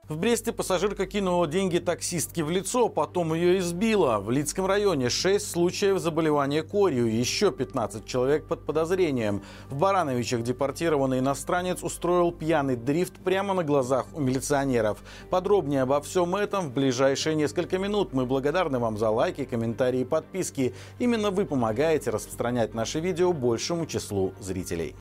В Бресте пассажирка кинула деньги таксистке в лицо, потом ее избила. В Лидском районе 6 случаев заболевания корью, еще 15 человек под подозрением. В Барановичах депортированный иностранец устроил пьяный дрифт прямо на глазах у милиционеров. Подробнее обо всем этом в ближайшие несколько минут. Мы благодарны вам за лайки, комментарии и подписки. Именно вы помогаете распространять наши видео большему числу зрителей.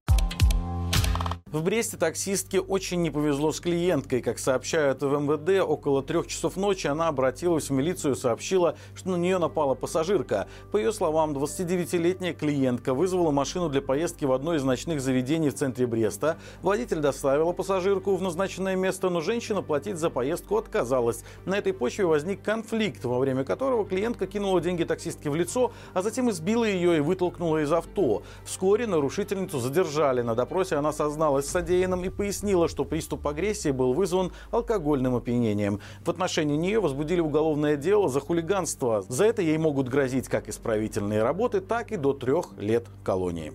В Бресте таксистке очень не повезло с клиенткой. Как сообщают в МВД, около 3 часов ночи она обратилась в милицию и сообщила, что на нее напала пассажирка. По ее словам, 29-летняя клиентка вызвала машину для поездки в одно из ночных заведений в центре Бреста. Водитель доставила пассажирку в назначенное место, но женщина платить за поездку отказалась. На этой почве возник конфликт, во время которого клиентка кинула деньги таксистке в лицо, а затем избила ее и вытолкнула из авто. Вскоре нарушительницу задержали. На допросе она созналась содеянным и пояснила, что приступ агрессии был вызван алкогольным опьянением. В отношении нее возбудили уголовное дело за хулиганство. За это ей могут грозить как исправительные работы, так и до 3 лет колонии.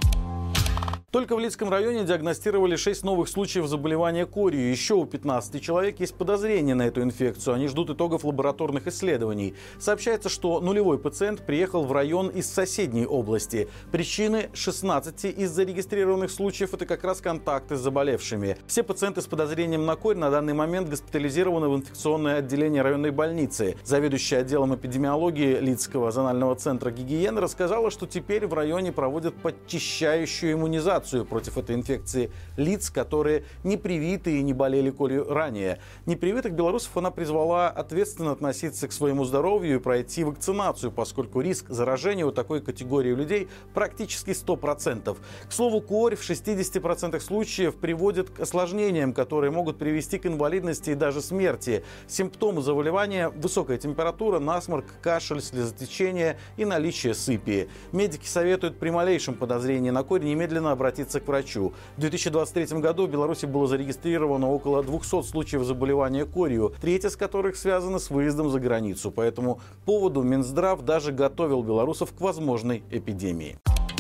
Только в Лидском районе диагностировали 6 новых случаев заболевания корью. Еще у 15 человек есть подозрение на эту инфекцию. Они ждут итогов лабораторных исследований. Сообщается, что нулевой пациент приехал в район из соседней области. Причины 16 из зарегистрированных случаев – это как раз контакты с заболевшими. Все пациенты с подозрением на корь на данный момент госпитализированы в инфекционное отделение районной больницы. Заведующая отделом эпидемиологии Лидского зонального центра гигиены рассказала, что теперь в районе проводят подчищающую иммунизацию против этой инфекции лиц, которые не привиты и не болели корью ранее. Непривитых белорусов она призвала ответственно относиться к своему здоровью и пройти вакцинацию, поскольку риск заражения у такой категории людей практически 100%. К слову, корь в 60% случаев приводит к осложнениям, которые могут привести к инвалидности и даже смерти. Симптомы заболевания – высокая температура, насморк, кашель, слезотечение и наличие сыпи. Медики советуют при малейшем подозрении на корь немедленно обратиться к врачу. В 2023 году в Беларуси было зарегистрировано около 200 случаев заболевания корью, треть из которых связана с выездом за границу. По этому поводу Минздрав даже готовил белорусов к возможной эпидемии.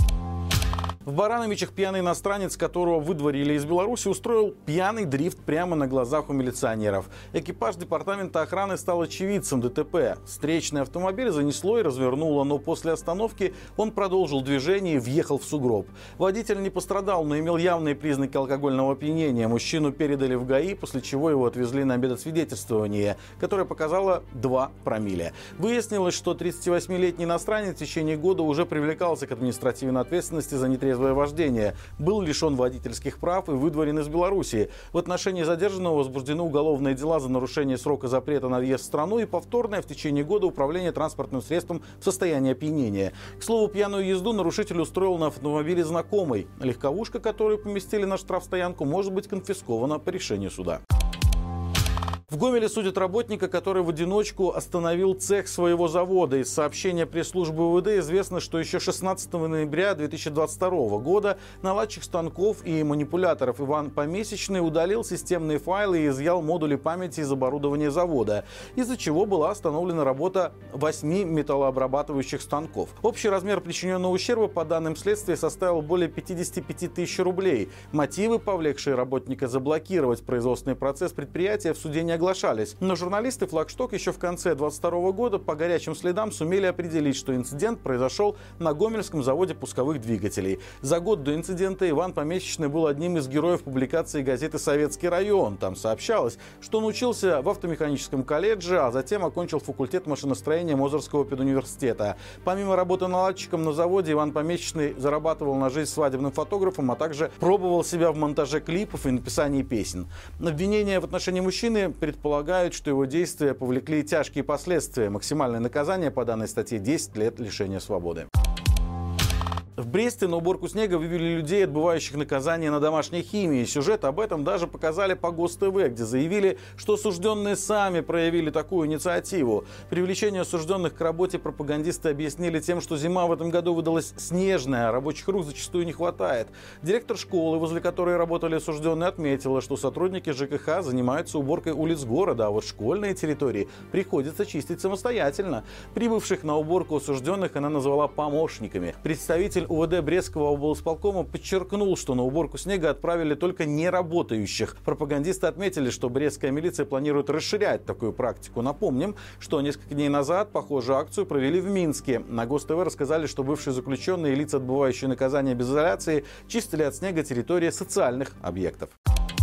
В Барановичах пьяный иностранец, которого выдворили из Беларуси, устроил пьяный дрифт прямо на глазах у милиционеров. Экипаж департамента охраны стал очевидцем ДТП. Встречный автомобиль занесло и развернуло, но после остановки он продолжил движение и въехал в сугроб. Водитель не пострадал, но имел явные признаки алкогольного опьянения. Мужчину передали в ГАИ, после чего его отвезли на медосвидетельствование, которое показало 2 промилле. Выяснилось, что 38-летний иностранец в течение года уже привлекался к административной ответственности за нетрезвое вождение, был лишен водительских прав и выдворен из Беларуси. В отношении задержанного возбуждены уголовные дела за нарушение срока запрета на въезд в страну и повторное в течение года управление транспортным средством в состоянии опьянения. К слову, пьяную езду нарушитель устроил на автомобиле знакомой. Легковушка, которую поместили на штрафстоянку, может быть конфискована по решению суда. В Гомеле судят работника, который в одиночку остановил цех своего завода. Из сообщения пресс-службы УВД известно, что еще 16 ноября 2022 года наладчик станков и манипуляторов Иван Помесячный удалил системные файлы и изъял модули памяти из оборудования завода, из-за чего была остановлена работа 8 металлообрабатывающих станков. Общий размер причиненного ущерба, по данным следствия, составил более 55 тысяч рублей. Мотивы, повлекшие работника заблокировать производственный процесс предприятия, в суде не оглашались. Но журналисты «Флагшток» еще в конце 2022 года по горячим следам сумели определить, что инцидент произошел на Гомельском заводе пусковых двигателей. За год до инцидента Иван Помесячный был одним из героев публикации газеты «Советский район». Там сообщалось, что он учился в автомеханическом колледже, а затем окончил факультет машиностроения Мозырского педуниверситета. Помимо работы наладчиком на заводе, Иван Помесячный зарабатывал на жизнь свадебным фотографом, а также пробовал себя в монтаже клипов и написании песен. Обвинения в отношении мужчины предполагают, что его действия повлекли тяжкие последствия. Максимальное наказание по данной статье – 10 лет лишения свободы. В Бресте на уборку снега вывели людей, отбывающих наказание на домашней химии. Сюжет об этом даже показали по ГОС-ТВ, где заявили, что осужденные сами проявили такую инициативу. Привлечение осужденных к работе пропагандисты объяснили тем, что зима в этом году выдалась снежная, а рабочих рук зачастую не хватает. Директор школы, возле которой работали осужденные, отметила, что сотрудники ЖКХ занимаются уборкой улиц города, а вот школьные территории приходится чистить самостоятельно. Прибывших на уборку осужденных она назвала помощниками. Представитель УВД Брестского облсполкома подчеркнул, что на уборку снега отправили только неработающих. Пропагандисты отметили, что брестская милиция планирует расширять такую практику. Напомним, что несколько дней назад похожую акцию провели в Минске. На ГОСТ-ТВ рассказали, что бывшие заключенные и лица, отбывающие наказание без изоляции, чистили от снега территории социальных объектов.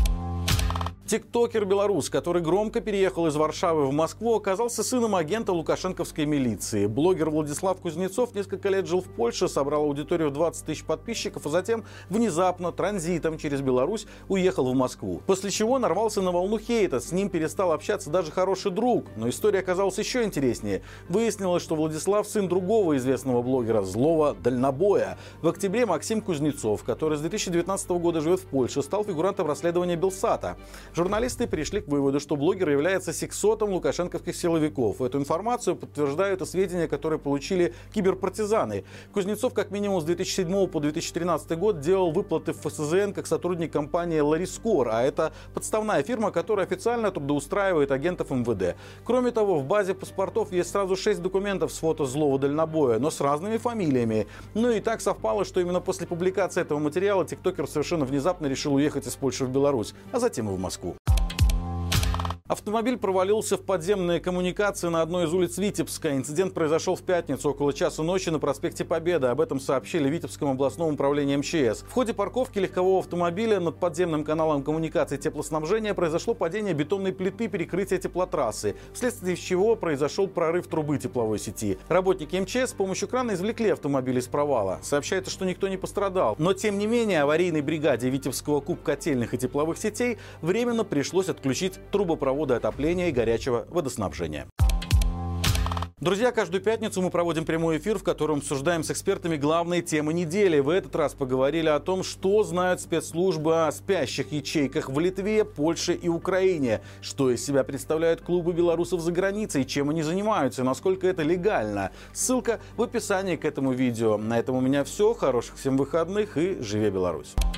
Тиктокер-белорус, который громко переехал из Варшавы в Москву, оказался сыном агента лукашенковской милиции. Блогер Владислав Кузнецов несколько лет жил в Польше, собрал аудиторию в 20 тысяч подписчиков, а затем внезапно транзитом через Беларусь уехал в Москву. После чего нарвался на волну хейта. С ним перестал общаться даже хороший друг. Но история оказалась еще интереснее. Выяснилось, что Владислав сын другого известного блогера, злого дальнобоя. В октябре Максим Кузнецов, который с 2019 года живет в Польше, стал фигурантом расследования Белсата. Журналисты пришли к выводу, что блогер является сексотом лукашенковских силовиков. Эту информацию подтверждают и сведения, которые получили киберпартизаны. Кузнецов как минимум с 2007 по 2013 год делал выплаты в ФСЗН как сотрудник компании Ларискор, а это подставная фирма, которая официально трудоустраивает агентов МВД. Кроме того, в базе паспортов есть сразу 6 документов с фото злого дальнобоя, но с разными фамилиями. Ну и так совпало, что именно после публикации этого материала тиктокер совершенно внезапно решил уехать из Польши в Беларусь, а затем и в Москву. Автомобиль провалился в подземные коммуникации на одной из улиц Витебска. Инцидент произошел в пятницу около часу ночи на проспекте Победы. Об этом сообщили Витебскому областному управлению МЧС. В ходе парковки легкового автомобиля над подземным каналом коммуникации теплоснабжения произошло падение бетонной плиты перекрытия теплотрассы, вследствие чего произошел прорыв трубы тепловой сети. Работники МЧС с помощью крана извлекли автомобиль из провала. Сообщается, что никто не пострадал. Но тем не менее аварийной бригаде Витебского КУП котельных и тепловых сетей временно пришлось отключить трубопровод отопления и горячего водоснабжения. Друзья, каждую пятницу мы проводим прямой эфир, в котором обсуждаем с экспертами главные темы недели. В этот раз поговорили о том, что знают спецслужбы о спящих ячейках в Литве, Польше и Украине, что из себя представляют клубы белорусов за границей, чем они занимаются и насколько это легально. Ссылка в описании к этому видео. На этом у меня все. Хороших всем выходных и живи Беларусь!